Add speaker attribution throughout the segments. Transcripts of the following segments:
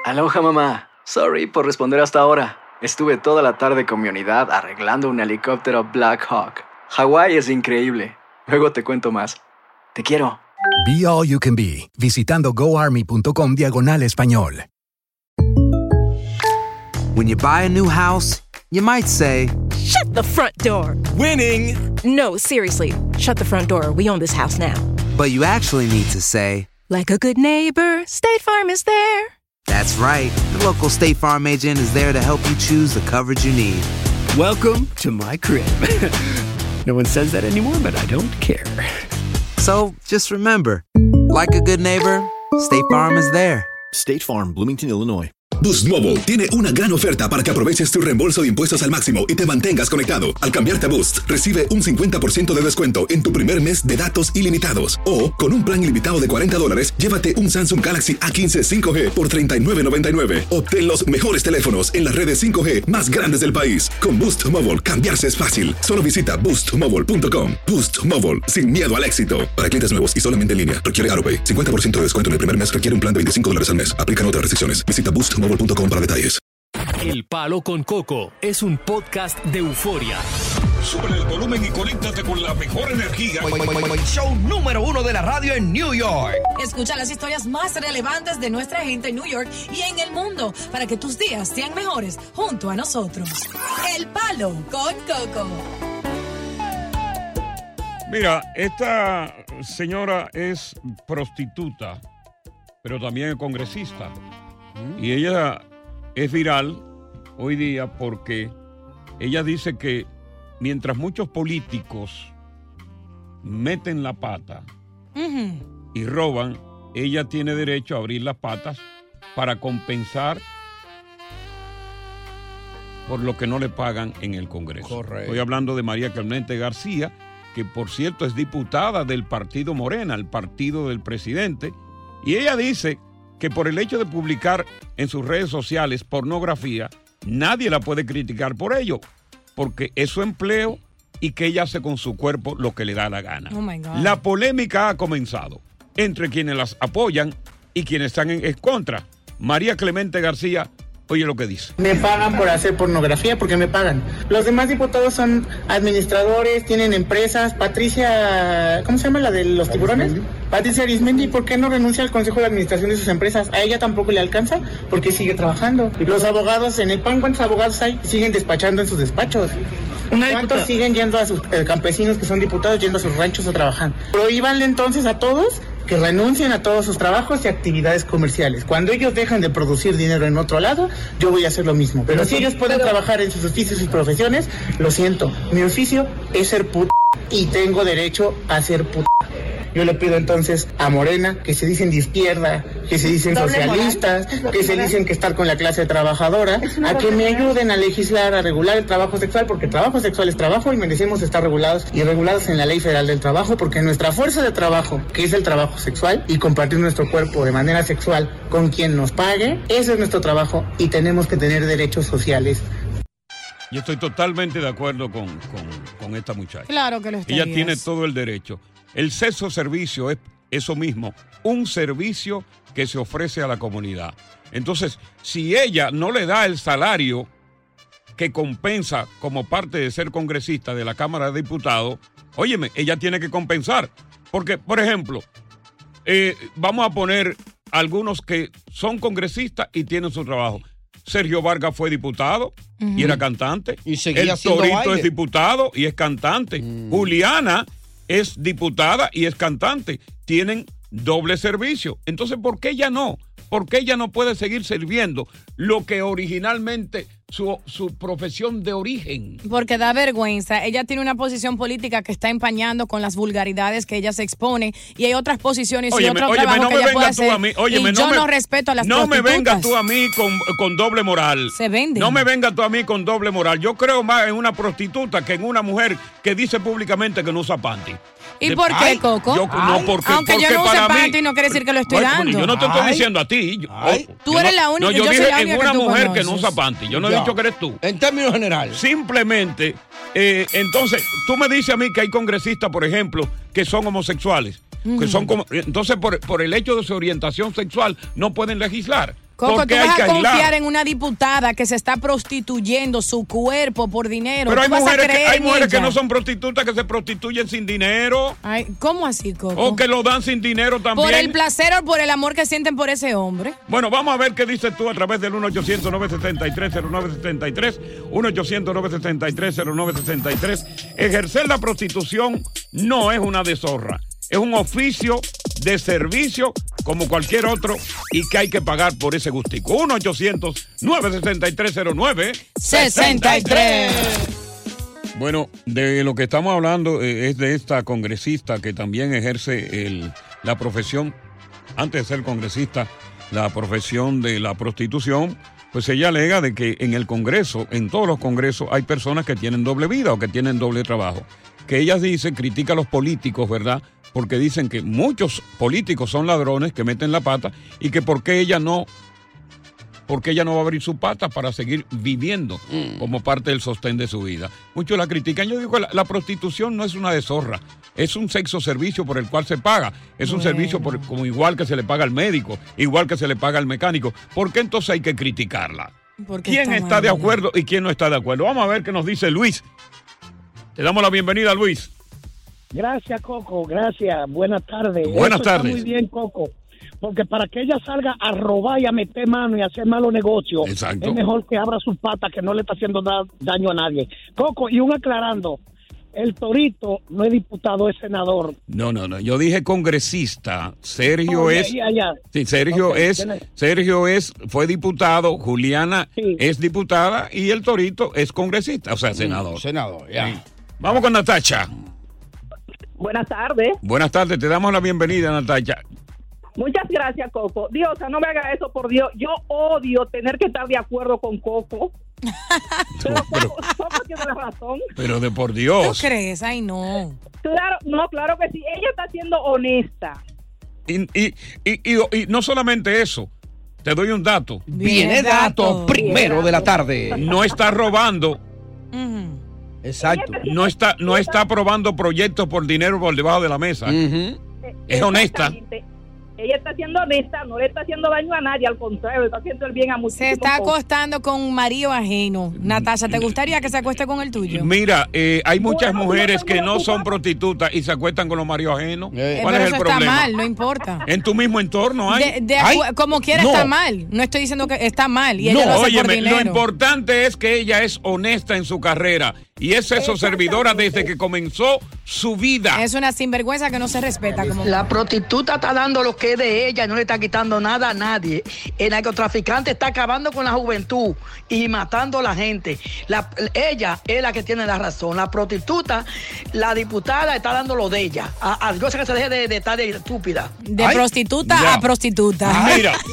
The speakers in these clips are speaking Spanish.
Speaker 1: Aloha, mamá. Sorry por responder hasta ahora. Estuve toda la tarde con mi unidad arreglando un helicóptero Black Hawk. Hawái es increíble. Luego te cuento más. Te quiero.
Speaker 2: Be All You Can Be, visitando goarmy.com/español.
Speaker 3: When you buy a new house, you might say,
Speaker 4: "Shut the front door."
Speaker 5: Winning!
Speaker 4: No, seriously. Shut the front door. We own this house now.
Speaker 3: But you actually need to say,
Speaker 4: like a good neighbor, State Farm is there.
Speaker 3: That's right. The local State Farm agent is there to help you choose the coverage you need.
Speaker 5: Welcome to my crib. No one says that anymore, but I don't care.
Speaker 3: So, just remember, like a good neighbor, State Farm is there.
Speaker 6: State Farm, Bloomington, Illinois.
Speaker 7: Boost Mobile tiene una gran oferta para que aproveches tu reembolso de impuestos al máximo y te mantengas conectado. Al cambiarte a Boost, recibe un 50% de descuento en tu primer mes de datos ilimitados. O, con un plan ilimitado de $40, llévate un Samsung Galaxy A15 5G por $39.99. Obtén los mejores teléfonos en las redes 5G más grandes del país. Con Boost Mobile, cambiarse es fácil. Solo visita boostmobile.com. Boost Mobile, sin miedo al éxito. Para clientes nuevos y solamente en línea, requiere AutoPay. 50% de descuento en el primer mes requiere un plan de $25 al mes. Aplican otras restricciones. Visita boostmobile.com para detalles.
Speaker 8: El Palo con Coco es un podcast de euforia.
Speaker 9: Sube el volumen y conéctate con la mejor energía.
Speaker 10: Show número 1 de la radio en New York.
Speaker 11: Escucha las historias más relevantes de nuestra gente en New York y en el mundo para que tus días sean mejores junto a nosotros. El Palo con Coco.
Speaker 12: Mira, esta señora es prostituta, pero también es congresista. Y ella es viral hoy día porque ella dice que mientras muchos políticos meten la pata y roban, ella tiene derecho a abrir las patas para compensar por lo que no le pagan en el Congreso.
Speaker 13: Correcto.
Speaker 12: Estoy hablando de María Clemente García, que por cierto es diputada del partido Morena, el partido del presidente, y ella dice que por el hecho de publicar en sus redes sociales pornografía, nadie la puede criticar por ello, porque es su empleo y que ella hace con su cuerpo lo que le da la gana.
Speaker 11: Oh my God.
Speaker 12: La polémica ha comenzado entre quienes las apoyan y quienes están en contra. María Clemente García, oye lo que dice.
Speaker 14: Me pagan por hacer pornografía, porque me pagan. Los demás diputados son administradores, tienen empresas. Patricia, ¿cómo se llama la de los tiburones? Patricia Arismendi, ¿por qué no renuncia al consejo de administración de sus empresas? A ella tampoco le alcanza, porque sigue trabajando. Los abogados en el PAN, ¿cuántos abogados hay? Siguen despachando en sus despachos. ¿Cuántos siguen yendo a sus campesinos que son diputados, yendo a sus ranchos a trabajar? Prohíbanle entonces a todos que renuncien a todos sus trabajos y actividades comerciales. Cuando ellos dejan de producir dinero en otro lado, yo voy a hacer lo mismo. Pero si ellos pueden trabajar en sus oficios y sus profesiones, lo siento. Mi oficio es ser puta y tengo derecho a ser puta. Yo le pido entonces a Morena, que se dicen de izquierda, que se dicen socialistas, que se dicen que están con la clase trabajadora, a que me ayuden a legislar, a regular el trabajo sexual, porque el trabajo sexual es trabajo y merecemos estar regulados y regulados en la Ley Federal del Trabajo, porque nuestra fuerza de trabajo, que es el trabajo sexual, y compartir nuestro cuerpo de manera sexual con quien nos pague, ese es nuestro trabajo y tenemos que tener derechos sociales.
Speaker 12: Yo estoy totalmente de acuerdo con esta muchacha.
Speaker 11: Claro que lo estoy.
Speaker 12: Ella tiene todo el derecho. El sexo servicio es eso mismo, un servicio que se ofrece a la comunidad. Entonces, si ella no le da el salario que compensa como parte de ser congresista de la Cámara de Diputados, óyeme, ella tiene que compensar. Porque, por ejemplo, vamos a poner algunos que son congresistas y tienen su trabajo. Sergio Vargas fue diputado y era cantante.
Speaker 13: Y seguía
Speaker 12: el
Speaker 13: haciendo
Speaker 12: Torito
Speaker 13: baile.
Speaker 12: es diputado y es cantante. Juliana es diputada y es cantante. Tienen doble servicio. Entonces, ¿por qué ella no? ¿Por qué ella no puede seguir sirviendo lo que originalmente su profesión de origen?
Speaker 11: Porque da vergüenza. Ella tiene una posición política que está empañando con las vulgaridades que ella se expone y hay otras posiciones y otro trabajo que ella puede hacer. No respeto a las prostitutas.
Speaker 12: No me vengas tú a mí con doble moral.
Speaker 11: Se venden.
Speaker 12: No me vengas tú a mí con doble moral. Yo creo más en una prostituta que en una mujer que dice públicamente que no usa panty.
Speaker 11: ¿Y por qué, Coco? Aunque yo no use panty, no quiere decir que lo estoy dando.
Speaker 12: Yo no te estoy diciendo a ti.
Speaker 11: Tú eres la única.
Speaker 12: Yo dije en una mujer
Speaker 11: conoces.
Speaker 12: que no usa panty. Yo no he dicho que eres tú.
Speaker 13: En términos generales.
Speaker 12: Simplemente, entonces, tú me dices a mí que hay congresistas, por ejemplo, que son homosexuales. Que son como, entonces, por el hecho de su orientación sexual, no pueden legislar.
Speaker 11: Coco, tú vas a confiar en una diputada que se está prostituyendo su cuerpo por dinero.
Speaker 12: Pero hay mujeres que no son prostitutas, que se prostituyen sin dinero.
Speaker 11: Ay, ¿cómo así, Coco?
Speaker 12: O que lo dan sin dinero también.
Speaker 11: ¿Por el placer o por el amor que sienten por ese hombre?
Speaker 12: Bueno, vamos a ver qué dices tú a través del 1-800-973-0973. 1-800-973-0973. Ejercer la prostitución no es una deshonra. Es un oficio de servicio como cualquier otro y que hay que pagar por ese gustico. 1-800-973-0963. Bueno, de lo que estamos hablando es de esta congresista que también ejerce la profesión, antes de ser congresista, la profesión de la prostitución. Pues ella alega de que en el Congreso, en todos los congresos, hay personas que tienen doble vida o que tienen doble trabajo. Que ella dice, critica a los políticos, ¿verdad? Porque dicen que muchos políticos son ladrones que meten la pata y que por qué ella no va a abrir su pata para seguir viviendo como parte del sostén de su vida. Muchos la critican. Yo digo, la prostitución no es una deshonra, es un sexo servicio por el cual se paga. Es un servicio como igual que se le paga al médico, igual que se le paga al mecánico. ¿Por qué entonces hay que criticarla? ¿Quién está de acuerdo y quién no está de acuerdo? Vamos a ver qué nos dice Luis. Te damos la bienvenida, Luis.
Speaker 13: Gracias, Coco, gracias. Buenas tardes.
Speaker 12: Buenas tardes.
Speaker 13: Está muy bien, Coco. Porque para que ella salga a robar y a meter mano y a hacer malos negocios,
Speaker 12: exacto,
Speaker 13: es mejor que abra sus patas, que no le está haciendo daño a nadie. Coco, y un aclarando, el Torito no es diputado, es senador.
Speaker 12: No, yo dije congresista. Sergio Sí, Sergio
Speaker 13: okay,
Speaker 12: fue diputado, Juliana es diputada y el Torito es congresista, o sea, senador.
Speaker 15: Senador, ya.
Speaker 12: Sí. Vamos con Natacha.
Speaker 16: Buenas tardes.
Speaker 12: Buenas tardes, te damos la bienvenida, Natacha.
Speaker 16: Muchas gracias, Coco. Diosa, no me haga eso, por Dios. Yo odio tener que estar de acuerdo con Coco. Pero Coco tiene la razón.
Speaker 12: Pero de por Dios.
Speaker 11: ¿Tú crees? Ay, no.
Speaker 16: Claro que sí. Ella está siendo honesta.
Speaker 12: Y no solamente eso. Te doy un dato.
Speaker 15: Viene dato primero de la tarde.
Speaker 12: No está robando.
Speaker 15: Exacto.
Speaker 12: No está aprobando proyectos por dinero por debajo de la mesa. Es honesta.
Speaker 16: Ella está siendo honesta, no le está haciendo daño a nadie, al contrario, le está haciendo el bien a muchos.
Speaker 11: Se está acostando con un marido ajeno. Natasha, ¿te gustaría que se acueste con el tuyo?
Speaker 12: Mira, hay muchas mujeres que no son prostitutas y se acuestan con los maridos ajenos.
Speaker 11: ¿Cuál es el problema? Está mal, no importa.
Speaker 12: En tu mismo entorno hay.
Speaker 11: Como quiera está mal. No estoy diciendo que está mal. Y ella lo hace por dinero.
Speaker 12: Lo importante es que ella es honesta en su carrera. Y es eso, servidora, desde que comenzó su vida.
Speaker 11: Es una sinvergüenza que no se respeta.
Speaker 17: La prostituta está dando lo que es de ella, no le está quitando nada a nadie. El narcotraficante está acabando con la juventud y matando a la gente. Ella es la que tiene la razón. La prostituta, la diputada, está dando lo de ella. A Dios que se deje de estar de estúpida.
Speaker 11: De prostituta a prostituta.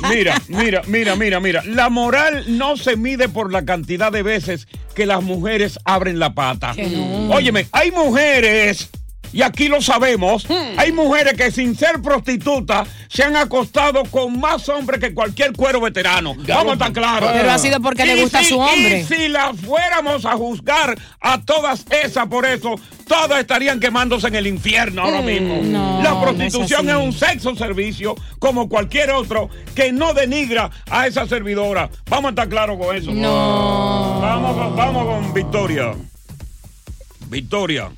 Speaker 12: Mira. La moral no se mide por la cantidad de veces que las mujeres abren la pata.
Speaker 11: No.
Speaker 12: Óyeme, hay mujeres, y aquí lo sabemos, hay mujeres que sin ser prostitutas se han acostado con más hombres que cualquier cuero veterano. Vamos a estar claros.
Speaker 11: Pero ha sido porque le gusta a su hombre.
Speaker 12: Y si las fuéramos a juzgar a todas esas por eso, todas estarían quemándose en el infierno ahora mismo.
Speaker 11: No,
Speaker 12: la prostitución es un sexo servicio como cualquier otro que no denigra a esa servidora. Vamos a estar claros con eso.
Speaker 11: No.
Speaker 12: Vamos con Victoria. Victoria.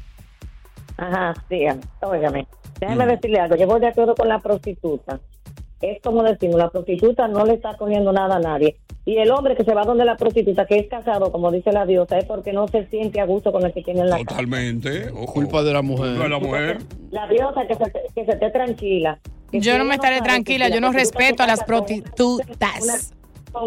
Speaker 18: Ajá, sí, óigame. Déjame decirle algo. Yo voy de acuerdo con la prostituta. Es como decimos, la prostituta no le está cogiendo nada a nadie. Y el hombre que se va donde la prostituta, que es casado, como dice la diosa, es porque no se siente a gusto con el que tiene en la casa.
Speaker 12: Totalmente.
Speaker 15: Culpa de la mujer.
Speaker 12: Culpa de la mujer.
Speaker 18: La diosa que se esté tranquila.
Speaker 11: Yo no me estaré tranquila, yo no respeto a las prostitutas.
Speaker 18: Con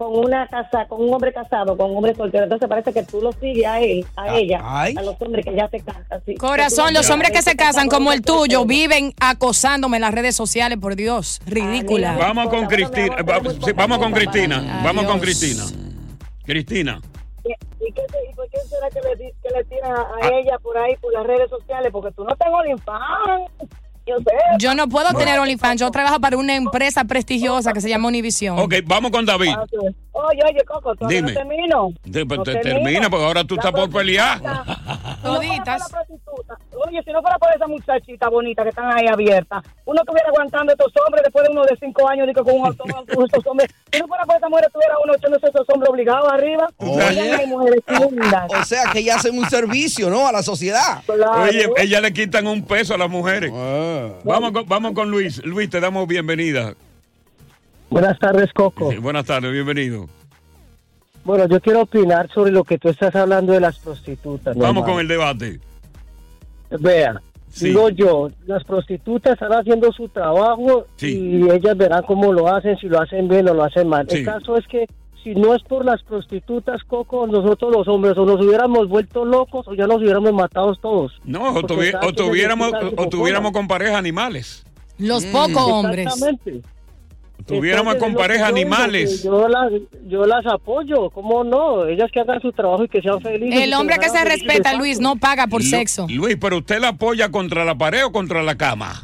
Speaker 18: un hombre casado, con un hombre soltero, entonces parece que tú lo sigues a él, a ella, a los hombres que ya se casan. Sí.
Speaker 11: Corazón, los hombres que se casan como el tuyo viven acosándome en las redes sociales, por Dios, ridícula.
Speaker 12: Vamos con Cristina, vamos con Cristina, vamos con Cristina. Cristina.
Speaker 18: ¿Y por qué será que le tiran a ella por ahí, por las redes sociales? Porque tú no tengo OnlyFans.
Speaker 11: Yo no puedo tener OnlyFans. Yo trabajo para una empresa prestigiosa que se llama Univision.
Speaker 12: Ok, vamos con David.
Speaker 18: Oye, Coco, todavía no termino.
Speaker 12: Termina, porque ahora tú estás por pelear.
Speaker 11: Toditas.
Speaker 19: Oye, si no fuera por esa muchachita bonita que están ahí abiertas, uno estuviera aguantando a estos hombres después de uno de 5 años con un automóvil con estos hombres. Si no fuera por esa mujer, estuviera uno echándose a esos hombres obligados arriba.
Speaker 20: Oye.
Speaker 19: Mujeres lindas.
Speaker 20: O sea, que ella hacen un servicio, ¿no? A la sociedad.
Speaker 19: Claro.
Speaker 12: Oye, ella le quitan un peso a las mujeres. Vamos con Luis. Luis, te damos bienvenida.
Speaker 13: Buenas tardes, Coco.
Speaker 12: Sí, buenas tardes, bienvenido.
Speaker 13: Bueno, yo quiero opinar sobre lo que tú estás hablando de las prostitutas.
Speaker 12: Vamos con el debate.
Speaker 13: Vea, digo yo, las prostitutas están haciendo su trabajo y ellas verán cómo lo hacen, si lo hacen bien o lo hacen mal. El caso es que si no es por las prostitutas, Coco, nosotros los hombres o nos hubiéramos vuelto locos o ya nos hubiéramos matado todos.
Speaker 12: No, o tuviéramos con pareja animales.
Speaker 11: Los pocos hombres.
Speaker 13: Exactamente.
Speaker 12: Tuviéramos con pareja animales.
Speaker 13: Yo las apoyo, ¿cómo no? Ellas que hagan su trabajo y que sean felices.
Speaker 11: El hombre que se respeta, Luis, no paga por sexo.
Speaker 12: Luis, pero ¿usted la apoya contra la pared o contra la cama?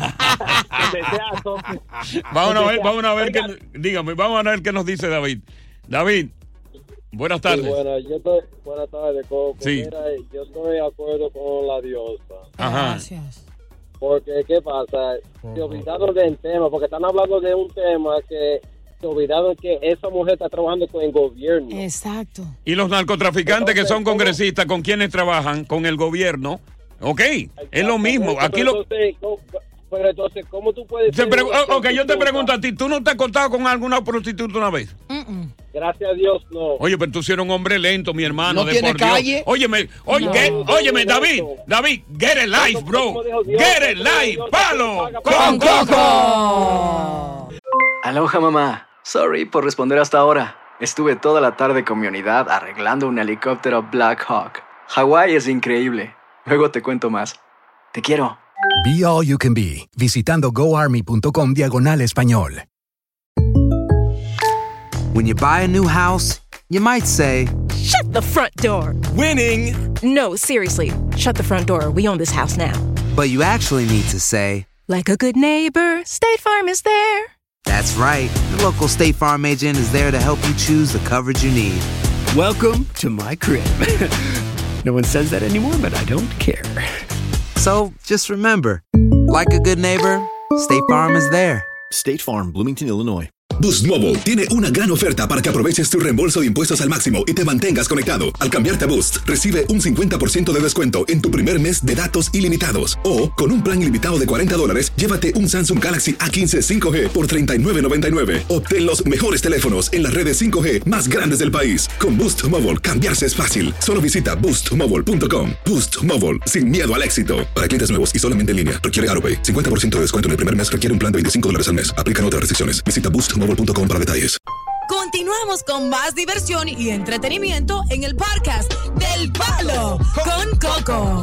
Speaker 12: Vamos a ver qué nos dice David. David, buenas tardes.
Speaker 21: Sí, buenas tardes, Coco.
Speaker 12: Sí.
Speaker 21: Mira, yo estoy de acuerdo con la diosa.
Speaker 12: Ajá.
Speaker 11: Gracias.
Speaker 21: Porque, ¿qué pasa? Se olvidaron del tema, porque están hablando de un tema que se olvidaron que esa mujer está trabajando con el gobierno.
Speaker 11: Exacto.
Speaker 12: Y los narcotraficantes que son congresistas, ¿con quiénes trabajan? Con el gobierno. Ok, es lo mismo. Aquí
Speaker 21: Pero entonces, ¿cómo tú puedes
Speaker 12: yo te pregunto a ti, ¿tú no te has acostado con alguna prostituta una vez?
Speaker 21: Gracias a Dios, no.
Speaker 12: Oye, pero tú sí eres un hombre lento, mi hermano.
Speaker 20: ¿No tiene calle?
Speaker 12: Óyeme, David, get a life, bro. Get a life, palo con Coco.
Speaker 1: Aloha, mamá. Sorry por responder hasta ahora. Estuve toda la tarde con mi unidad arreglando un helicóptero Black Hawk. Hawái es increíble. Luego te cuento más. Te quiero.
Speaker 2: Be All You Can Be, visitando goarmy.com/español.
Speaker 3: When you buy a new house, you might say,
Speaker 4: Shut the front door.
Speaker 15: Winning.
Speaker 4: No, seriously. Shut the front door. We own this house now.
Speaker 3: but you actually need to say,
Speaker 4: Like a good neighbor, State Farm is there.
Speaker 3: That's right. The local State Farm agent is there to help you choose the coverage you need.
Speaker 5: Welcome to my crib. No one says that anymore, but I don't care.
Speaker 3: So just remember, like a good neighbor, State Farm is there.
Speaker 6: State Farm, Bloomington, Illinois.
Speaker 7: Boost Mobile tiene una gran oferta para que aproveches tu reembolso de impuestos al máximo y te mantengas conectado. Al cambiarte a Boost, recibe un 50% de descuento en tu primer mes de datos ilimitados. O, con un plan ilimitado de $40, llévate un Samsung Galaxy A15 5G por $39.99. Obtén los mejores teléfonos en las redes 5G más grandes del país. Con Boost Mobile, cambiarse es fácil. Solo visita boostmobile.com. Boost Mobile, sin miedo al éxito. Para clientes nuevos y solamente en línea, requiere AutoPay. 50% de descuento en el primer mes requiere un plan de $25 al mes. Aplican otras restricciones. Visita boostmobile.com para detalles.
Speaker 22: Continuamos con más diversión y entretenimiento en el podcast del Palo con Coco.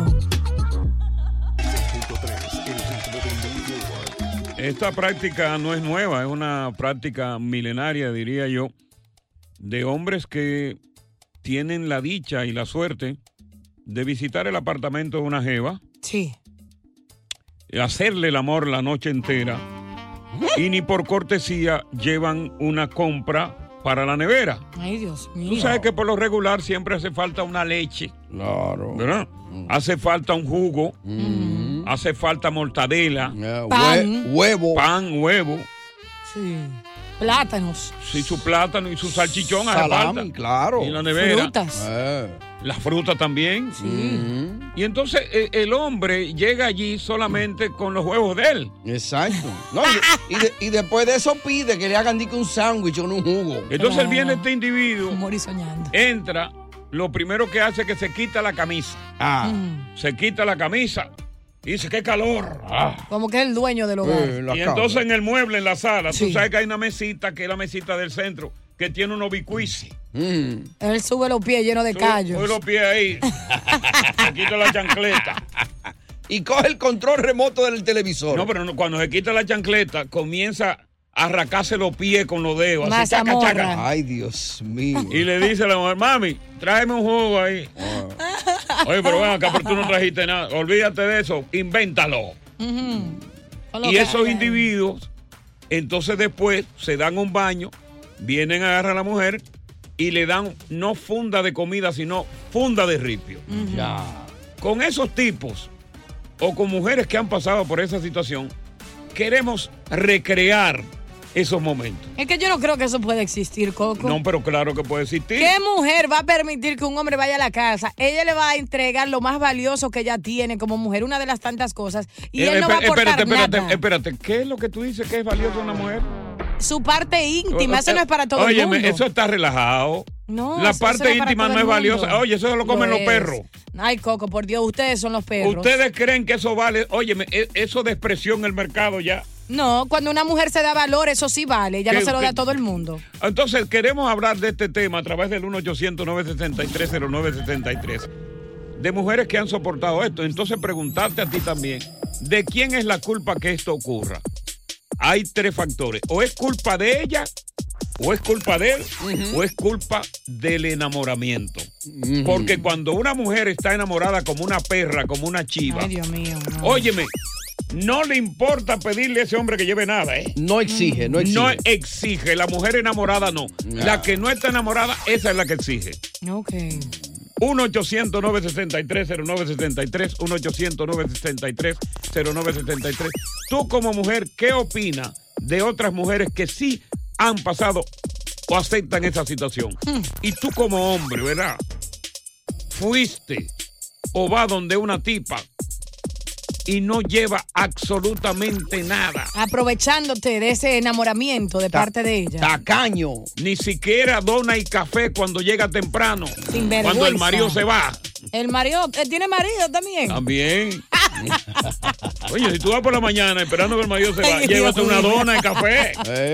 Speaker 12: Esta práctica no es nueva, es una práctica milenaria, diría yo, de hombres que tienen la dicha y la suerte de visitar el apartamento de una jeva.
Speaker 11: Sí.
Speaker 12: Hacerle el amor la noche entera. Y ni por cortesía llevan una compra para la nevera.
Speaker 11: Ay, Dios mío.
Speaker 12: Tú sabes que por lo regular siempre hace falta una leche.
Speaker 15: Claro.
Speaker 12: ¿Verdad? Hace falta un jugo. Hace falta mortadela.
Speaker 11: Pan.
Speaker 15: Huevo.
Speaker 12: Pan, huevo.
Speaker 11: Sí. Plátanos.
Speaker 12: Sí, su plátano y su salchichón hace
Speaker 15: Salami,
Speaker 12: falta.
Speaker 15: claro.
Speaker 12: Y la nevera.
Speaker 11: Frutas.
Speaker 12: Las frutas también.
Speaker 11: Sí.
Speaker 12: Y entonces el hombre llega allí solamente con los huevos de él.
Speaker 15: Exacto. No, y después de eso pide que le hagan un sándwich con un jugo.
Speaker 12: Entonces él viene este individuo,
Speaker 11: Morir soñando.
Speaker 12: entra, lo primero que hace es que se quita la camisa. Se quita la camisa y dice, ¡qué calor!
Speaker 11: Como que es el dueño del hogar.
Speaker 12: Y entonces en el mueble, en la sala, tú sabes que hay una mesita, que es la mesita del centro, que tiene unos bicuisis.
Speaker 11: Él sube los pies llenos de callos.
Speaker 12: Sube los pies ahí. Se quita la chancleta.
Speaker 15: Y coge el control remoto del televisor.
Speaker 12: No, pero cuando se quita la chancleta, comienza a arracarse los pies con los dedos. Así, chaca,
Speaker 11: Mazamorra.
Speaker 12: chaca.
Speaker 15: Ay, Dios mío.
Speaker 12: Y le dice a la mujer, mami, tráeme un jugo ahí. Oye, pero ven acá, pero tú no trajiste nada. Olvídate de eso, invéntalo. Y esos individuos, entonces después se dan un baño, vienen a agarrar a la mujer y le dan no funda de comida, sino funda de ripio.
Speaker 15: Ya.
Speaker 12: Con esos tipos o con mujeres que han pasado por esa situación, queremos recrear esos momentos.
Speaker 11: Es que yo no creo que eso pueda existir, Coco.
Speaker 12: No, pero claro que puede existir.
Speaker 11: ¿Qué mujer va a permitir que un hombre vaya a la casa? Ella le va a entregar lo más valioso que ella tiene como mujer, una de las tantas cosas, y él no va a aportar nada.
Speaker 12: Espérate, ¿qué es lo que tú dices que es valioso una mujer?
Speaker 11: Su parte íntima, eso no es para todo el mundo.
Speaker 12: Oye, eso está relajado.
Speaker 11: No,
Speaker 12: la parte íntima no es valiosa. Oye, eso se lo comen los perros.
Speaker 11: Ay, Coco, por Dios, ustedes son los perros.
Speaker 12: ¿Ustedes creen que eso vale? Óyeme, eso de expresión en el mercado ya.
Speaker 11: No, cuando una mujer se da valor, eso sí vale. Ya no se lo da a todo el mundo.
Speaker 12: Entonces, queremos hablar de este tema a través del 1-800-963-0963. De mujeres que han soportado esto. Entonces, preguntarte a ti también, ¿de quién es la culpa que esto ocurra? Hay 3 factores. O es culpa de ella, o es culpa de él, o es culpa del enamoramiento. Porque cuando una mujer está enamorada como una perra, como una chiva.
Speaker 11: Ay, Dios mío. No.
Speaker 12: Óyeme, no le importa pedirle a ese hombre que lleve nada, ¿eh?
Speaker 15: No exige.
Speaker 12: No exige. La mujer enamorada no. La que no está enamorada, esa es la que exige.
Speaker 11: Ok.
Speaker 12: 1-800-963-0963, 1-800-963-0963. Tú como mujer, ¿qué opinas de otras mujeres que sí han pasado o aceptan esa situación? Y tú como hombre, ¿verdad? Fuiste o va donde una tipa y no lleva absolutamente nada.
Speaker 11: Aprovechándote de ese enamoramiento de parte de ella.
Speaker 15: Tacaño.
Speaker 12: Ni siquiera dona y café cuando llega temprano.
Speaker 11: Sin vergüenza.
Speaker 12: Cuando el marido se va.
Speaker 11: El marido, ¿tiene marido también?
Speaker 12: También. Oye, si tú vas por la mañana esperando que el marido se va, llévate una dona y café.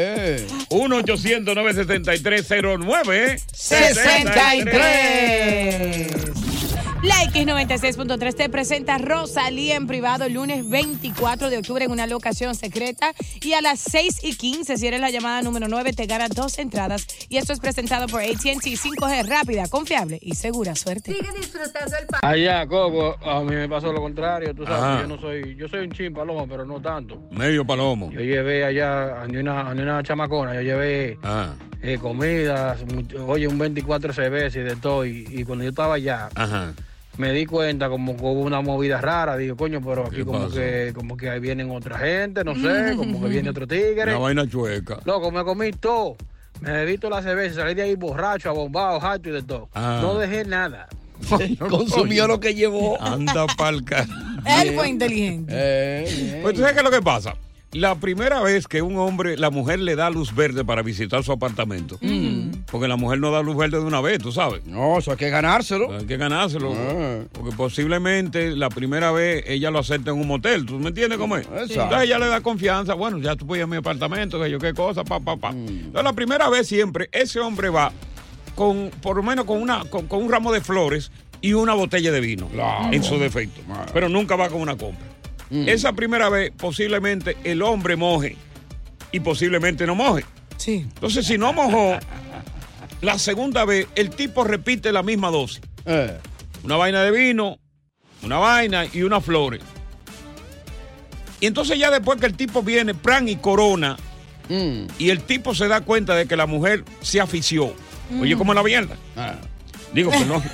Speaker 11: 1-800-963-0963. La X96.3 te presenta Rosalía en privado el lunes 24 de octubre en una locación secreta, y a las 6:15, si eres la llamada número 9, te ganas 2 entradas, y esto es presentado por AT&T 5G, rápida, confiable y segura. Suerte.
Speaker 22: Sigue disfrutando el
Speaker 8: Allá, Coco, a mí me pasó lo contrario, tú sabes, yo soy un chin palomo, pero no tanto.
Speaker 12: Medio palomo.
Speaker 8: Yo llevé allá a una chamacona, yo llevé comidas, oye, un 24 cervezas y de todo, y cuando yo estaba allá, me di cuenta como que hubo una movida rara. Digo, coño, pero aquí como que ahí vienen otra gente, no sé, como que viene otro tigre.
Speaker 12: Una vaina chueca.
Speaker 8: Loco, me comí todo. Me bebí toda la cerveza, salí de ahí borracho, abombado, harto y de todo. No dejé nada.
Speaker 15: Consumió lo que llevó.
Speaker 12: Anda pa'l
Speaker 11: Él fue inteligente.
Speaker 12: Pues tú sabes qué es lo que pasa. La primera vez que la mujer le da luz verde para visitar su apartamento, porque la mujer no da luz verde de una vez, tú sabes.
Speaker 15: No, eso hay que ganárselo.
Speaker 12: Porque posiblemente la primera vez ella lo acepta en un motel, ¿tú me entiendes cómo es?
Speaker 15: Exacto.
Speaker 12: Entonces ella le da confianza, bueno, ya tú puedes ir a mi apartamento, que yo qué cosa, Entonces la primera vez siempre ese hombre va por lo menos con un ramo de flores y una botella de vino, en su defecto, pero nunca va con una compra. Esa primera vez posiblemente el hombre moje y posiblemente no moje.
Speaker 11: Sí.
Speaker 12: Entonces, si no mojó, la segunda vez el tipo repite la misma dosis. Una vaina de vino, una vaina y unas flores. Y entonces ya después que el tipo viene, pran y corona, y el tipo se da cuenta de que la mujer se afició. Oye, ¿cómo es la mierda? Digo que no.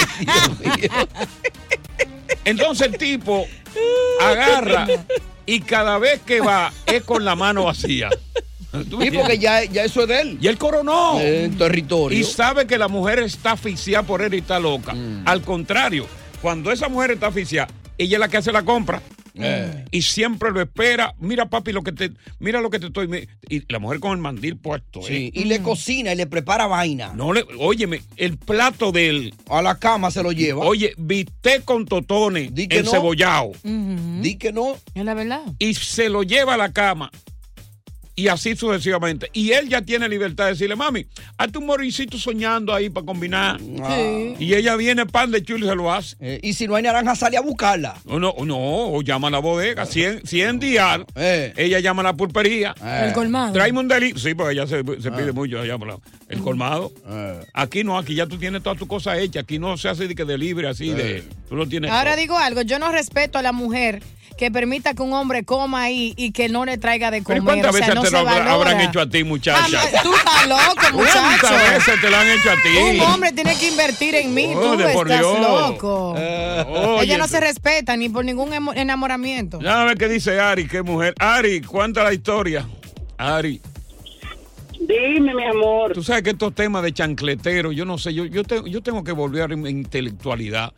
Speaker 12: Entonces el tipo agarra y cada vez que va es con la mano vacía.
Speaker 15: Sí, porque ya eso es de él.
Speaker 12: Y él coronó.
Speaker 15: En territorio.
Speaker 12: Y sabe que la mujer está asfixiada por él y está loca. Al contrario, cuando esa mujer está asfixiada, ella es la que hace la compra. Y siempre lo espera. Mira, papi, mira lo que te estoy. Y la mujer con el mandil puesto.
Speaker 15: Sí, y le cocina y le prepara vaina.
Speaker 12: Óyeme, el plato de él.
Speaker 15: A la cama se lo lleva.
Speaker 12: Oye, bistec con totones, el cebollado.
Speaker 15: Di que no.
Speaker 11: Es la verdad.
Speaker 12: Y se lo lleva a la cama. Y así sucesivamente. Y él ya tiene libertad de decirle, mami, hazte un morincito soñando ahí para combinar. Y ella viene pan de chulo y se lo hace.
Speaker 15: Y si no hay naranja, sale a buscarla.
Speaker 12: No, o llama a la bodega. 100 días. Ella llama a la pulpería.
Speaker 11: El colmado.
Speaker 12: Tráeme un delito. Sí, porque ella se pide mucho. El colmado. Aquí no, aquí ya tú tienes todas tus cosas hechas. Aquí no se hace de que delivery así de. Tú lo tienes.
Speaker 11: Ahora
Speaker 12: todo.
Speaker 11: digo algo, yo no respeto a la mujer que permita que un hombre coma ahí y que no le traiga de comer.
Speaker 12: ¿Pero cuántas veces te lo habrán hecho a ti, muchacha?
Speaker 11: Tú estás loco, muchacho.
Speaker 12: Esa te la han hecho a ti.
Speaker 11: Un hombre tiene que invertir en mí, tú estás loco. Ella no se respeta ni por ningún enamoramiento.
Speaker 12: Ya ver qué dice Ari, qué mujer. Ari, cuenta la historia. Ari.
Speaker 16: Dime, mi amor.
Speaker 12: Tú sabes que estos temas de chancletero, yo no sé, yo tengo que volver a mi intelectualidad.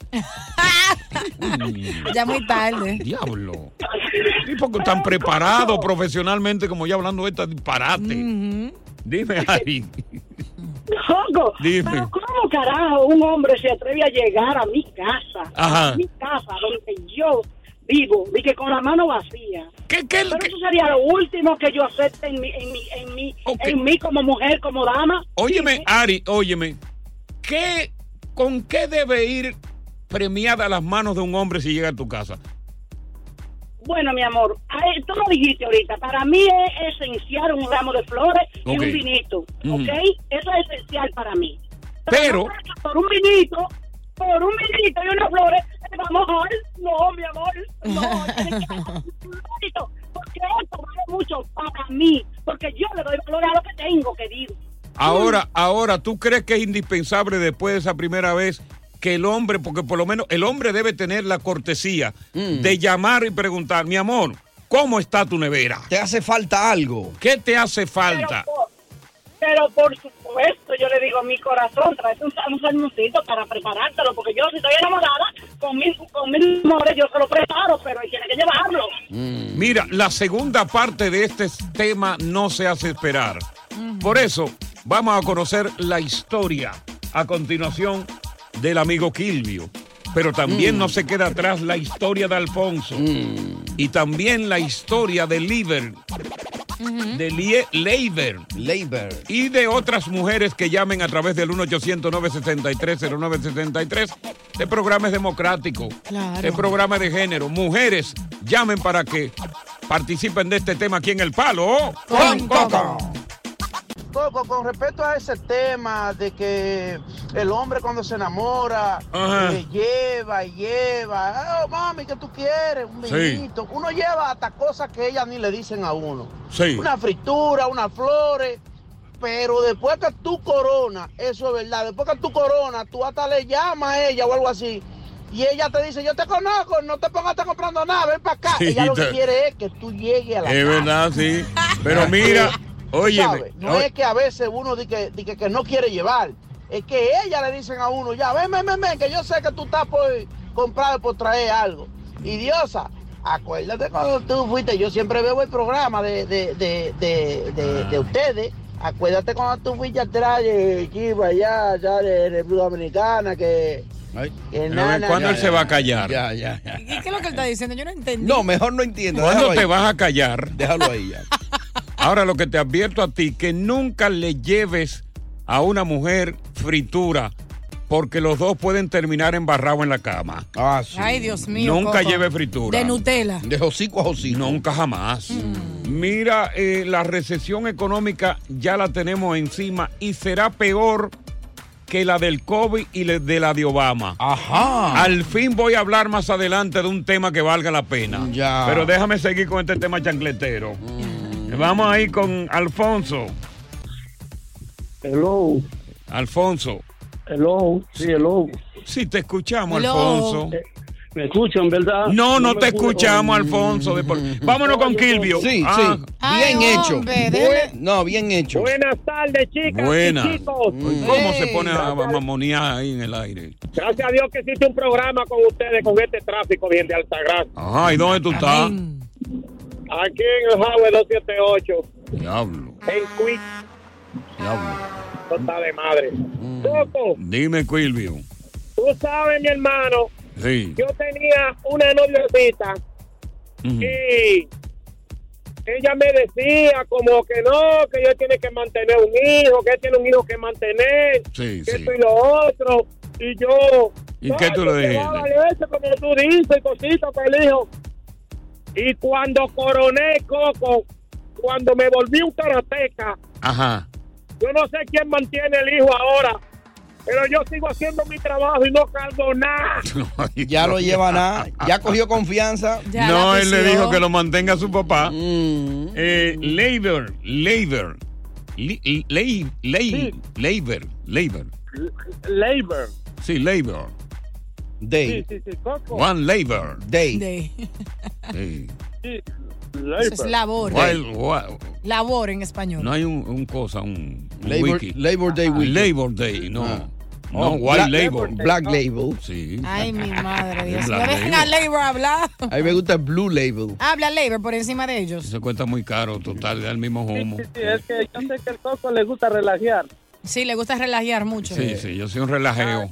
Speaker 11: Ya muy tarde.
Speaker 12: Diablo. Tipo que tan preparado profesionalmente como ya hablando de esta disparate. Dime, Ari.
Speaker 16: Joco,
Speaker 12: Dime.
Speaker 16: pero ¿cómo carajo un hombre se atreve a llegar a mi casa?
Speaker 12: Ajá.
Speaker 16: A mi casa, donde yo vivo, y que con la mano vacía. Pero eso sería lo último que yo acepte en mí como mujer, como dama.
Speaker 12: Óyeme, Ari, óyeme. ¿Con qué debe ir premiada las manos de un hombre si llega a tu casa?
Speaker 16: Bueno, mi amor, tú lo dijiste ahorita. Para mí es esencial un ramo de flores y un vinito, ¿ok? Eso es esencial para mí.
Speaker 12: Pero
Speaker 16: por un vinito y unas flores, vamos a ver. No, mi amor, no. Porque esto vale mucho para mí, porque yo le doy valor a lo que tengo, querido.
Speaker 12: Ahora, ¿tú crees que es indispensable después de esa primera vez que el hombre, porque por lo menos el hombre debe tener la cortesía de llamar y preguntar, mi amor, ¿cómo está tu nevera?
Speaker 15: ¿Te hace falta algo?
Speaker 12: ¿Qué te hace falta?
Speaker 16: Pero por supuesto, yo le digo a mi corazón, trae un salmoncito para preparártelo, porque yo si estoy enamorada, con mil amores yo se lo preparo, pero hay que llevarlo.
Speaker 12: Mira, la segunda parte de este tema no se hace esperar. Por eso, vamos a conocer la historia a continuación del amigo Kilvio. Pero también no se queda atrás la historia de Alfonso. Y también la historia de Leiber. De Leiber. Y de otras mujeres que llamen a través del 1-800-963-0963. Este programa es democrático.
Speaker 11: Claro.
Speaker 12: Este programa es de género. Mujeres, llamen para que participen de este tema aquí en El Palo con Coco.
Speaker 9: Coco, con respecto a ese tema de que el hombre cuando se enamora lleva, oh mami, ¿qué tú quieres? Un vinito. Sí. Uno lleva hasta cosas que ellas ni le dicen a uno.
Speaker 12: Sí.
Speaker 9: Una fritura, unas flores, pero después que tú coronas, eso es verdad, después que tú coronas, tú hasta le llamas a ella o algo así. Y ella te dice, yo te conozco, no te pongas a estar comprando nada, ven para acá. Sí, ella lo que quiere es que tú llegues a la casa.
Speaker 12: Es verdad, sí. Pero mira, oye,
Speaker 9: no es que a veces uno dice que no quiere llevar, es que ella le dicen a uno, ya, ven, que yo sé que tú estás por comprar, por traer algo. Y Diosa, acuérdate cuando tú fuiste, yo siempre veo el programa de ustedes. Acuérdate cuando tú fuiste atrás de Chiva, allá de República Dominicana,
Speaker 12: ¿cuándo él se va a callar?
Speaker 15: Ya.
Speaker 11: ¿Y qué es lo que él está diciendo? Yo no entendí.
Speaker 15: No, mejor no entiendo.
Speaker 12: ¿Cuándo te vas a callar?
Speaker 15: Déjalo ahí ya.
Speaker 12: Ahora lo que te advierto a ti, que nunca le lleves a una mujer fritura, porque los dos pueden terminar embarrados en la cama.
Speaker 15: Sí.
Speaker 11: Ay, Dios mío.
Speaker 12: Nunca
Speaker 11: Coco.
Speaker 12: lleve fritura.
Speaker 11: De Nutella.
Speaker 15: De hocico a hocico.
Speaker 12: Nunca jamás. Mira, la recesión económica ya la tenemos encima y será peor que la del COVID y de la de Obama.
Speaker 15: Ajá.
Speaker 12: Al fin voy a hablar más adelante de un tema que valga la pena.
Speaker 15: Ya.
Speaker 12: Pero déjame seguir con este tema chancletero. Vamos ahí con Alfonso.
Speaker 13: Hello.
Speaker 12: Alfonso.
Speaker 13: Hello. Sí, hello.
Speaker 12: Sí, te escuchamos,
Speaker 13: Hello.
Speaker 12: Alfonso.
Speaker 13: ¿Me escuchan, verdad?
Speaker 12: No te escuchamos, Alfonso. Vámonos con Kilvio.
Speaker 15: Sí. Bien hecho. Bien hecho.
Speaker 21: Buenas tardes, chicas.
Speaker 12: Buenas.
Speaker 21: Y chicos.
Speaker 12: ¿Cómo se pone a mamonear ahí en el aire?
Speaker 21: Gracias a Dios que existe un programa con ustedes, con este tráfico bien de Altagracia.
Speaker 12: Ajá, ¿y dónde tú estás?
Speaker 21: Aquí en el Highway 278.
Speaker 12: Diablo.
Speaker 21: En Quick.
Speaker 12: Diablo.
Speaker 21: Esto está de madre. Coco.
Speaker 12: Dime, Kilvio.
Speaker 21: Tú sabes, mi hermano.
Speaker 12: Sí.
Speaker 21: Yo tenía una noviecita y ella me decía como que no, que ella tiene que mantener un hijo, que él tiene un hijo que mantener, que esto y lo otro. Y yo...
Speaker 12: ¿Y qué tú le dijiste?
Speaker 21: Leche, como tú dices, cositas para el hijo. Y cuando coroné, Coco, cuando me volví un karateca,
Speaker 12: ajá,
Speaker 21: yo no sé quién mantiene el hijo ahora, pero yo sigo haciendo mi trabajo y no cargo nada.
Speaker 15: Ya lo lleva nada, ya cogió confianza.
Speaker 12: No, él le dijo que lo mantenga su papá. Leiber.
Speaker 21: Labor.
Speaker 12: Sí, Labor.
Speaker 15: Day.
Speaker 21: Sí, Coco.
Speaker 12: One Labor
Speaker 15: Day.
Speaker 12: Sí.
Speaker 21: Sí,
Speaker 11: Eso es labor. Labor en español.
Speaker 12: No hay un cosa, un wiki.
Speaker 15: Labor Day weekend.
Speaker 12: Labor Day, no. No,
Speaker 15: Black
Speaker 12: White Label.
Speaker 15: Black Label.
Speaker 12: Sí.
Speaker 11: Ay, mi madre, Dios mío.
Speaker 12: Black
Speaker 11: Dejen
Speaker 12: Label.
Speaker 11: a Labor hablar.
Speaker 15: A mí me gusta el Blue Label.
Speaker 11: Habla Labor por encima de ellos.
Speaker 12: Eso cuesta muy caro, total, da el mismo humo.
Speaker 21: Sí, es que yo sé que el Coco le gusta relajear.
Speaker 11: Sí, le gusta relajear mucho.
Speaker 12: Sí, yo soy un relajeo.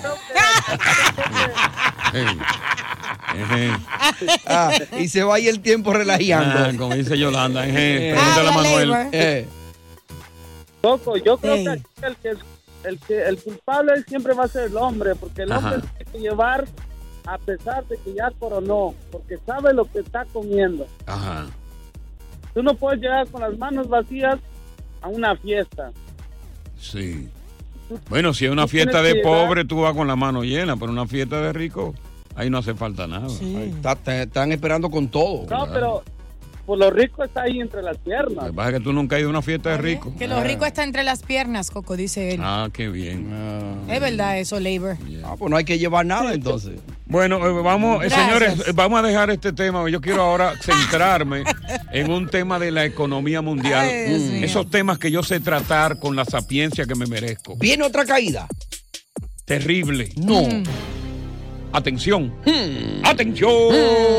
Speaker 15: Y se va ahí el tiempo relajeando.
Speaker 12: Como dice Yolanda. Pregúntale a Manuel.
Speaker 21: Coco, yo creo que el culpable siempre va a ser el hombre, porque el hombre tiene que llevar a pesar de que ya coronó, porque sabe lo que está comiendo.
Speaker 12: Ajá.
Speaker 21: Tú no puedes llegar con las manos vacías a una fiesta.
Speaker 12: Sí. Bueno, si es una fiesta de pobre, tú vas con la mano llena, pero una fiesta de rico, ahí no hace falta nada.
Speaker 15: Sí. Están esperando con todo.
Speaker 21: No, pero pues lo rico está ahí entre las piernas.
Speaker 12: Lo que pasa es que tú nunca has ido a una fiesta de rico.
Speaker 11: Que lo rico está entre las piernas, Coco, dice él.
Speaker 12: Ah, qué bien.
Speaker 11: Es verdad eso, Labor.
Speaker 15: Ah, pues no hay que llevar nada entonces.
Speaker 12: Bueno, señores, vamos a dejar este tema. Yo quiero ahora centrarme en un tema de la economía mundial. Esos temas que yo sé tratar con la sapiencia que me merezco.
Speaker 15: ¿Viene otra caída?
Speaker 12: Terrible.
Speaker 15: No.
Speaker 12: Atención. Atención.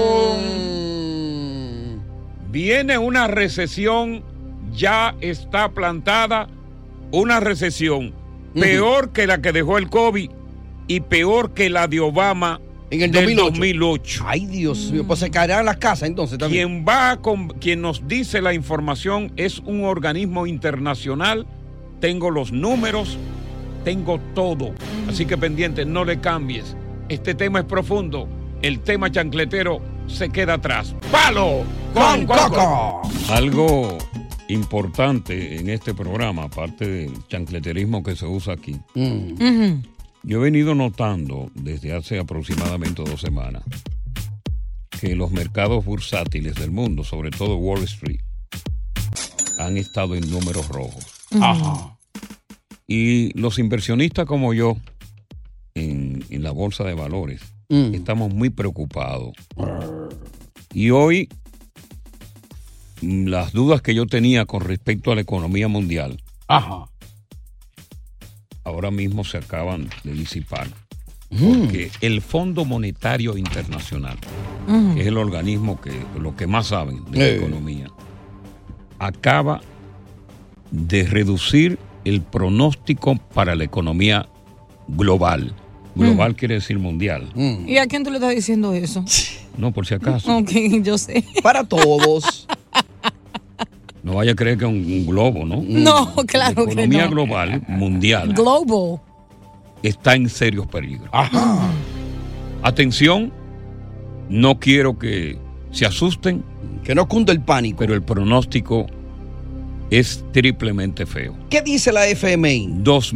Speaker 12: Viene una recesión, ya está plantada una recesión peor que la que dejó el COVID y peor que la de Obama
Speaker 15: en el 2008. Ay, Dios mío, pues se caerán las casas entonces también.
Speaker 12: Quien nos dice la información es un organismo internacional. Tengo los números, tengo todo. Así que pendiente, no le cambies. Este tema es profundo. El tema chancletero se queda atrás. ¡Palo con Coco! Algo importante en este programa, aparte del chancleterismo que se usa aquí, yo he venido notando desde hace aproximadamente 2 semanas que los mercados bursátiles del mundo, sobre todo Wall Street, han estado en números rojos.
Speaker 15: Ajá.
Speaker 12: Y los inversionistas como yo en la bolsa de valores estamos muy preocupados. Y hoy las dudas que yo tenía con respecto a la economía mundial, ahora mismo se acaban de disipar. Porque el Fondo Monetario Internacional, que es el organismo los que más saben de la economía, acaba de reducir el pronóstico para la economía global. Global quiere decir mundial.
Speaker 11: ¿Y a quién tú le estás diciendo eso?
Speaker 12: No, por si acaso.
Speaker 11: Ok, yo sé.
Speaker 15: Para todos.
Speaker 12: No vaya a creer que es un globo, ¿no?
Speaker 11: No, claro que no.
Speaker 12: La economía global, mundial,
Speaker 11: global,
Speaker 12: está en serios peligros. Ajá. Atención, no quiero que se asusten.
Speaker 15: Que no cunda el pánico.
Speaker 12: Pero el pronóstico es triplemente feo.
Speaker 15: ¿Qué dice la FMI?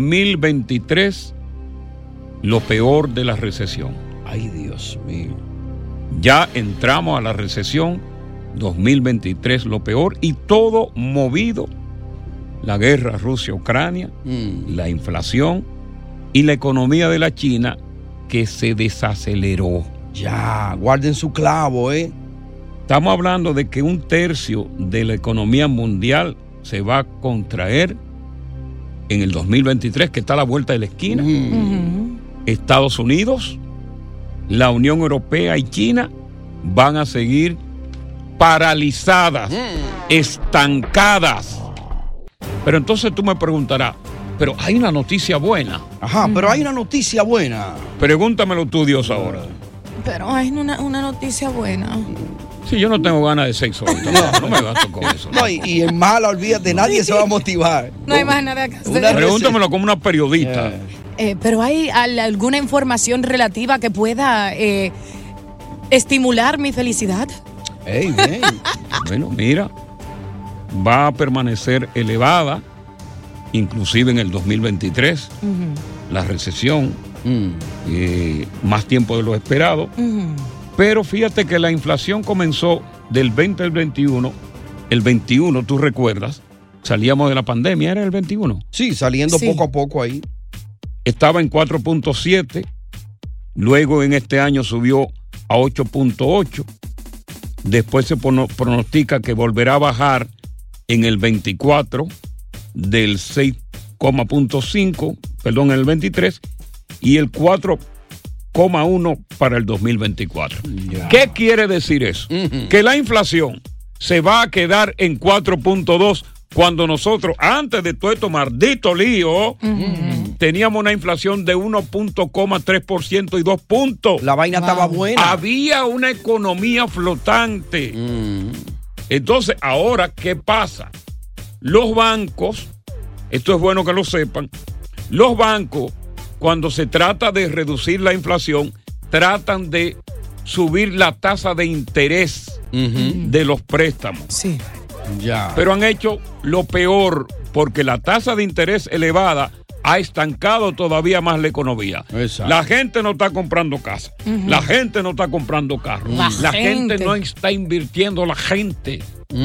Speaker 12: 2023, lo peor de la recesión.
Speaker 15: Ay, Dios mío.
Speaker 12: Ya entramos a la recesión, 2023 lo peor, y todo movido. La guerra Rusia-Ucrania, la inflación y la economía de la China que se desaceleró.
Speaker 15: Ya, guarden su clavo,
Speaker 12: Estamos hablando de que 1/3 de la economía mundial se va a contraer en el 2023, que está a la vuelta de la esquina. Estados Unidos, la Unión Europea y China van a seguir paralizadas, estancadas. Pero entonces tú me preguntarás, pero hay una noticia buena.
Speaker 15: Ajá, pero hay una noticia buena.
Speaker 12: Pregúntamelo tú, Dios, ahora.
Speaker 11: Pero hay una noticia buena.
Speaker 12: Sí, yo no tengo ganas de sexo ahorita. No me gasto con eso.
Speaker 15: No, y en mala, olvídate, nadie se va a motivar.
Speaker 11: No hay más nada que hacer.
Speaker 12: Pregúntamelo como una periodista.
Speaker 11: Pero ¿hay alguna información relativa que pueda estimular mi felicidad?
Speaker 12: Bueno, mira, va a permanecer elevada, inclusive en el 2023, la recesión, más tiempo de lo esperado. Pero fíjate que la inflación comenzó del 20 al 21. El 21, tú recuerdas, salíamos de la pandemia, ¿era el 21?
Speaker 15: Sí, saliendo poco a poco ahí.
Speaker 12: Estaba en 4.7, luego en este año subió a 8.8, después se pronostica que volverá a bajar en el 24, del 6,5, en el 23, y el 4,1 para el 2024. Yeah. ¿Qué quiere decir eso? Que la inflación se va a quedar en 4.2 cuando nosotros, antes de todo esto maldito lío, teníamos una inflación de 1.3% y 2 puntos.
Speaker 15: La vaina estaba buena.
Speaker 12: Había una economía flotante. Entonces, ahora, ¿qué pasa? Los bancos, esto es bueno que lo sepan, los bancos, cuando se trata de reducir la inflación, tratan de subir la tasa de interés de los préstamos.
Speaker 11: Sí.
Speaker 15: Ya.
Speaker 12: Pero han hecho lo peor, porque la tasa de interés elevada ha estancado todavía más la economía.
Speaker 15: Exacto.
Speaker 12: La gente no está comprando casa, la gente no está comprando carros, la gente no está invirtiendo, la gente.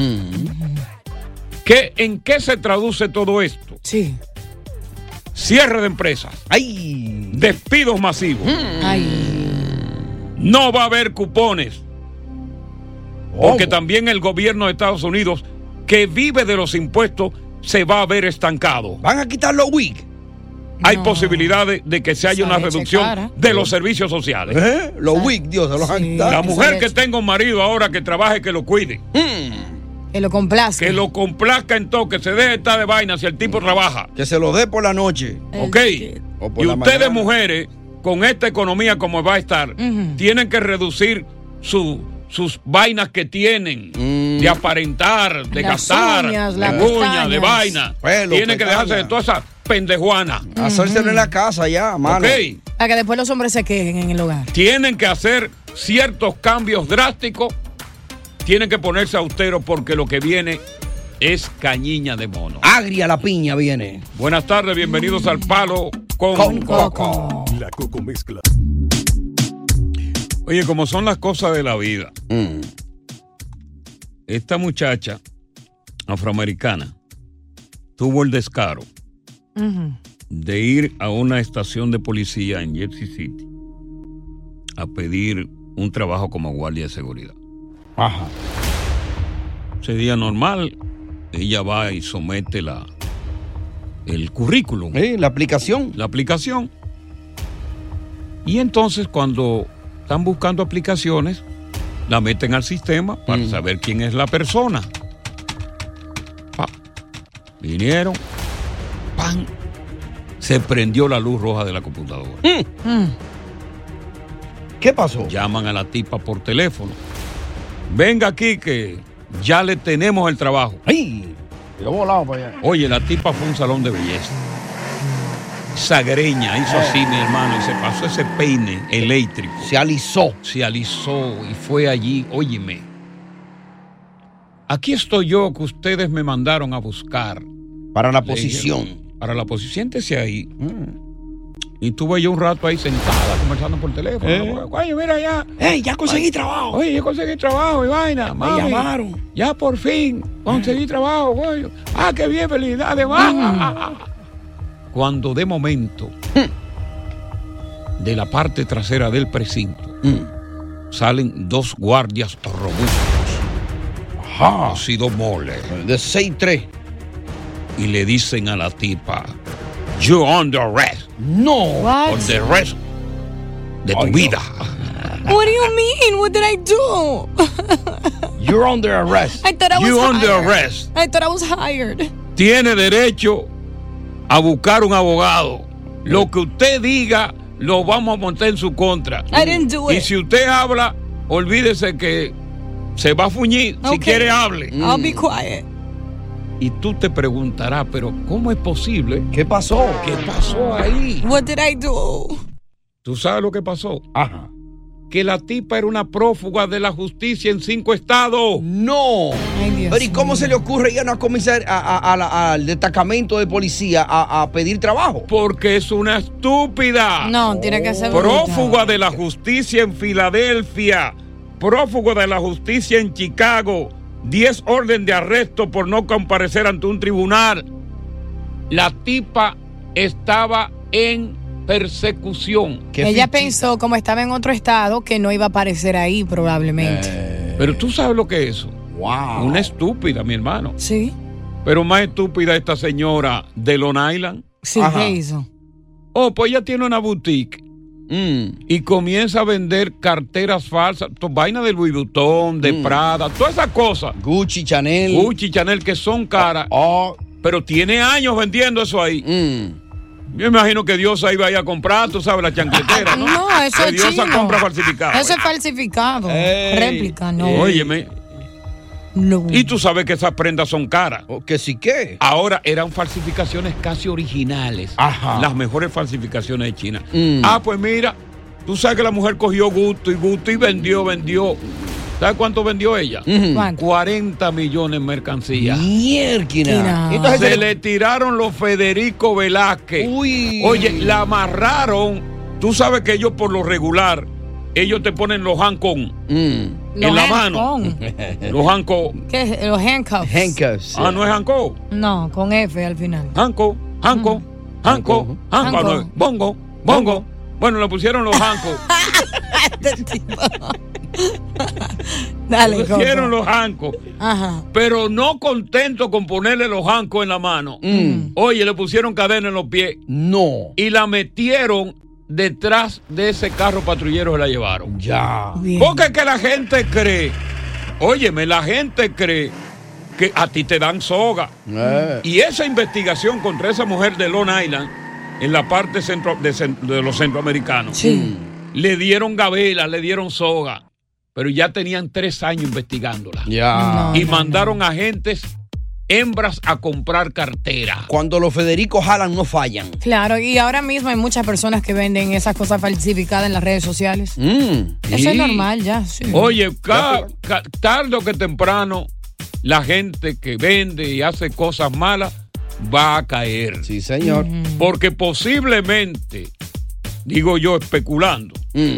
Speaker 12: ¿En qué se traduce todo esto?
Speaker 11: Sí.
Speaker 12: Cierre de empresas.
Speaker 15: ¡Ay!
Speaker 12: Despidos masivos. No va a haber cupones. Porque también el gobierno de Estados Unidos, que vive de los impuestos, se va a ver estancado.
Speaker 15: ¿Van a quitar los WIC?
Speaker 12: Hay posibilidades de que se haya una reducción de los servicios sociales.
Speaker 15: Los WIC, Dios, se los han quitado.
Speaker 12: La mujer que tenga un marido ahora que trabaje, que lo cuide.
Speaker 11: Que lo complazca.
Speaker 12: Que lo complazca en todo, que se deje estar de vaina si el tipo trabaja.
Speaker 15: Que se lo dé por la noche.
Speaker 12: ¿Ok? Y ustedes, mujeres, con esta economía como va a estar, tienen que reducir sus vainas que tienen, de aparentar, de gastar, de uñas, de vaina. Tienen que dejarse de toda esa pendejuana.
Speaker 15: Hacérselo en la casa ya, mano.
Speaker 12: ¿Ok?
Speaker 11: Para que después los hombres se quejen en el hogar.
Speaker 12: Tienen que hacer ciertos cambios drásticos. Tienen que ponerse austeros porque lo que viene es cañiña de mono.
Speaker 15: Agria la piña viene.
Speaker 12: Buenas tardes, bienvenidos al Palo con Coco.
Speaker 2: La Coco Mezcla.
Speaker 12: Oye, como son las cosas de la vida. Esta muchacha afroamericana tuvo el descaro de ir a una estación de policía en Jersey City a pedir un trabajo como guardia de seguridad.
Speaker 15: Ajá.
Speaker 12: Ese día normal, ella va y somete el currículum.
Speaker 15: La aplicación.
Speaker 12: La aplicación. Y entonces cuando están buscando aplicaciones, la meten al sistema para saber quién es la persona. Vinieron, ¡pam! Se prendió la luz roja de la computadora.
Speaker 15: ¿Qué pasó?
Speaker 12: Llaman a la tipa por teléfono. Venga aquí que ya le tenemos el trabajo.
Speaker 15: ¡Ay! Yo volado para allá.
Speaker 12: Oye, la tipa fue a un salón de belleza. Esa greña hizo así, mi hermano, y se pasó ese peine eléctrico.
Speaker 15: Se alisó.
Speaker 12: Se alisó y fue allí. Óyeme, aquí estoy yo que ustedes me mandaron a buscar.
Speaker 15: Para la posición.
Speaker 12: Para la posición, siéntese ahí. Y estuve yo un rato ahí sentada conversando por teléfono. Oye, mira ya.
Speaker 15: Ya conseguí trabajo.
Speaker 12: Oye, ya conseguí trabajo y vaina.
Speaker 15: Me llamaron.
Speaker 12: Ya por fin conseguí trabajo, oye. Qué bien, felicidades. Cuando de momento, de la parte trasera del precinto, salen dos guardias robustos. Así dos moles.
Speaker 15: De 6'3".
Speaker 12: Y le dicen a la tipa, "You're under arrest."
Speaker 15: No.
Speaker 12: Por the rest de tu vida.
Speaker 11: What do you mean? What did I do?
Speaker 15: You're under arrest.
Speaker 11: I thought I was
Speaker 12: You're
Speaker 11: hired.
Speaker 12: under arrest.
Speaker 11: I thought I was hired.
Speaker 12: Tiene derecho a buscar un abogado. Lo que usted diga, lo vamos a montar en su contra.
Speaker 11: I didn't do it.
Speaker 12: Y si usted habla, olvídese que se va a fuñir. Si quiere, hable.
Speaker 11: I'll be quiet.
Speaker 12: Y tú te preguntarás, pero ¿cómo es posible?
Speaker 15: ¿Qué pasó?
Speaker 12: ¿Qué pasó ahí?
Speaker 11: What did I do?
Speaker 12: ¿Tú sabes lo que pasó?
Speaker 15: Ajá.
Speaker 12: Que la tipa era una prófuga de la justicia en 5 estados.
Speaker 15: No.
Speaker 11: Ay, Dios
Speaker 15: Pero ¿y cómo
Speaker 11: mío.
Speaker 15: se le ocurre ir a una comisaría, al destacamento de policía a pedir trabajo?
Speaker 12: Porque es una estúpida.
Speaker 11: No, tiene que ser
Speaker 12: Prófuga de la justicia en Filadelfia. Prófuga de la justicia en Chicago. 10 órdenes de arresto por no comparecer ante un tribunal. La tipa estaba en persecución.
Speaker 11: Ella pensó, como estaba en otro estado, que no iba a aparecer ahí probablemente.
Speaker 12: Pero tú sabes lo que es eso.
Speaker 15: Wow.
Speaker 12: Una estúpida, mi hermano.
Speaker 11: Sí.
Speaker 12: Pero más estúpida esta señora de Long Island.
Speaker 11: Sí, ¿qué hizo?
Speaker 12: Oh, pues ella tiene una boutique. Y comienza a vender carteras falsas, vainas de Louis Vuitton, de Prada, todas esas cosas.
Speaker 15: Gucci, Chanel,
Speaker 12: que son caras. Pero tiene años vendiendo eso ahí. Yo imagino que Diosa iba a ir a comprar, tú sabes, la chancletera, ¿no?
Speaker 11: No, eso es
Speaker 12: Diosa
Speaker 11: chino.
Speaker 12: compra falsificado.
Speaker 11: Eso es falsificado. Réplica, no.
Speaker 12: Óyeme.
Speaker 11: No.
Speaker 12: Y tú sabes que esas prendas son caras.
Speaker 15: ¿Que sí qué?
Speaker 12: Ahora eran falsificaciones casi originales.
Speaker 15: Ajá.
Speaker 12: Las mejores falsificaciones de China. Pues mira, tú sabes que la mujer cogió gusto y vendió. ¿Sabes cuánto vendió ella? 40 millones en mercancía.
Speaker 15: ¡Mierda!
Speaker 12: Entonces se le tiraron los Federico Velázquez. Oye, la amarraron. Tú sabes que ellos por lo regular, ellos te ponen los handcuffs en la mano. Los handcuffs.
Speaker 11: ¿Qué es? Los handcuffs.
Speaker 15: Handcuffs.
Speaker 12: ¿No es handcuff?
Speaker 11: No, con F al final.
Speaker 12: Handcuff. Bongo. Bueno, le pusieron los handcuffs.
Speaker 11: Dale,
Speaker 12: le pusieron los handcuffs.
Speaker 11: Ajá.
Speaker 12: Pero no contento con ponerle los handcuffs en la mano. Oye, le pusieron cadena en los pies.
Speaker 15: No.
Speaker 12: Y la metieron detrás de ese carro patrullero, se la llevaron.
Speaker 15: Ya.
Speaker 11: Bien.
Speaker 12: Porque es que la gente cree, óyeme, la gente cree que a ti te dan soga. Y esa investigación contra esa mujer de Long Island, en la parte de los centroamericanos, le dieron gabela, le dieron soga, pero ya tenían 3 años investigándola. Y mandaron agentes hembras a comprar cartera.
Speaker 15: Cuando los Federico jalan, no fallan.
Speaker 11: Claro, y ahora mismo hay muchas personas que venden esas cosas falsificadas en las redes sociales. Eso es normal ya. Sí.
Speaker 12: Oye, tarde o que temprano, la gente que vende y hace cosas malas va a caer.
Speaker 15: Sí, señor.
Speaker 12: Porque posiblemente, digo yo especulando,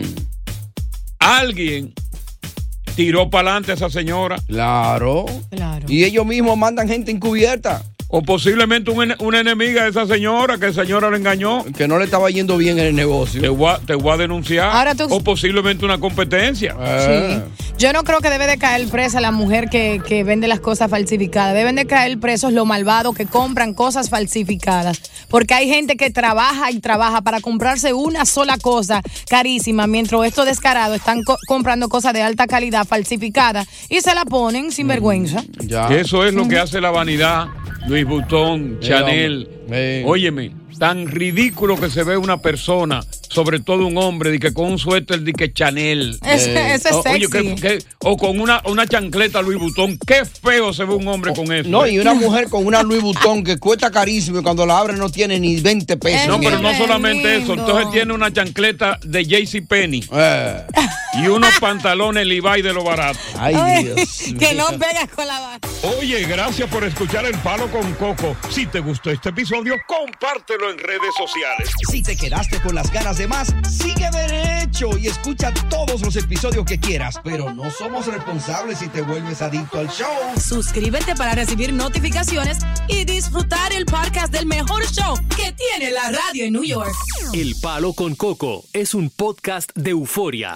Speaker 12: alguien tiró para adelante a esa señora.
Speaker 15: Claro. Y ellos mismos mandan gente encubierta.
Speaker 12: O posiblemente una enemiga de esa señora, que la señora lo engañó.
Speaker 15: Que no le estaba yendo bien en el negocio.
Speaker 12: Te voy a denunciar. O posiblemente una competencia.
Speaker 11: Sí. Yo no creo que debe de caer presa la mujer que vende las cosas falsificadas. Deben de caer presos los malvados que compran cosas falsificadas. Porque hay gente que trabaja y trabaja para comprarse una sola cosa carísima, mientras estos descarados están comprando cosas de alta calidad falsificadas y se la ponen sin vergüenza.
Speaker 12: Eso es lo que hace la vanidad. Louis Vuitton, Chanel. Óyeme, tan ridículo que se ve una persona, sobre todo un hombre, de que con un suéter de que Chanel.
Speaker 11: Eso es sexy.
Speaker 12: Oye, o con una chancleta Louis Vuitton. Qué feo se ve un hombre con eso.
Speaker 15: No, y una mujer con una Louis Vuitton que cuesta carísimo y cuando la abre no tiene ni 20 pesos.
Speaker 12: No, pero no solamente eso. Entonces tiene una chancleta de JCPenney. Y unos pantalones Levi de lo barato.
Speaker 15: Ay, Dios.
Speaker 11: Que no pegas con la barra.
Speaker 12: Oye, gracias por escuchar El Palo con Coco. Si te gustó este episodio, compártelo en redes sociales.
Speaker 20: Si te quedaste con las ganas de más, sigue derecho y escucha todos los episodios que quieras. Pero no somos responsables si te vuelves adicto al show.
Speaker 22: Suscríbete para recibir notificaciones y disfrutar el podcast del mejor show que tiene la radio en New York.
Speaker 10: El Palo con Coco es un podcast de Euforia.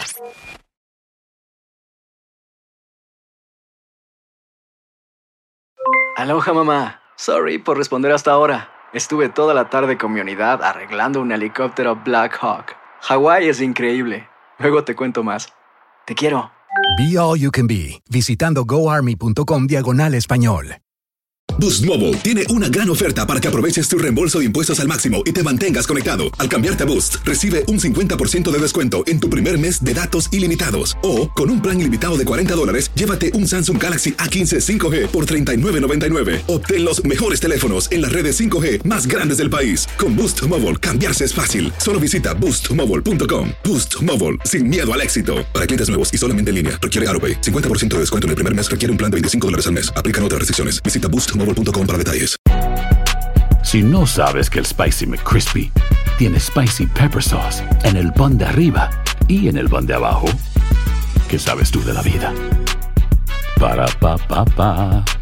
Speaker 1: Aloha, mamá. Sorry por responder hasta ahora. Estuve toda la tarde con mi unidad arreglando un helicóptero Black Hawk. Hawái es increíble. Luego te cuento más. Te quiero.
Speaker 2: Be All You Can Be, visitando goarmy.com/español.
Speaker 7: Boost Mobile tiene una gran oferta para que aproveches tu reembolso de impuestos al máximo y te mantengas conectado. Al cambiarte a Boost, recibe un 50% de descuento en tu primer mes de datos ilimitados. O, con un plan ilimitado de $40, llévate un Samsung Galaxy A15 5G por $39.99. Obtén los mejores teléfonos en las redes 5G más grandes del país. Con Boost Mobile, cambiarse es fácil. Solo visita boostmobile.com. Boost Mobile, sin miedo al éxito. Para clientes nuevos y solamente en línea, requiere AutoPay. 50% de descuento en el primer mes requiere un plan de $25 al mes. Aplican otras restricciones. Visita boostmobile.com para detalles.
Speaker 14: Si no sabes que el Spicy McCrispy tiene Spicy Pepper Sauce en el pan de arriba y en el pan de abajo, ¿qué sabes tú de la vida? Ba-da-ba-ba-ba.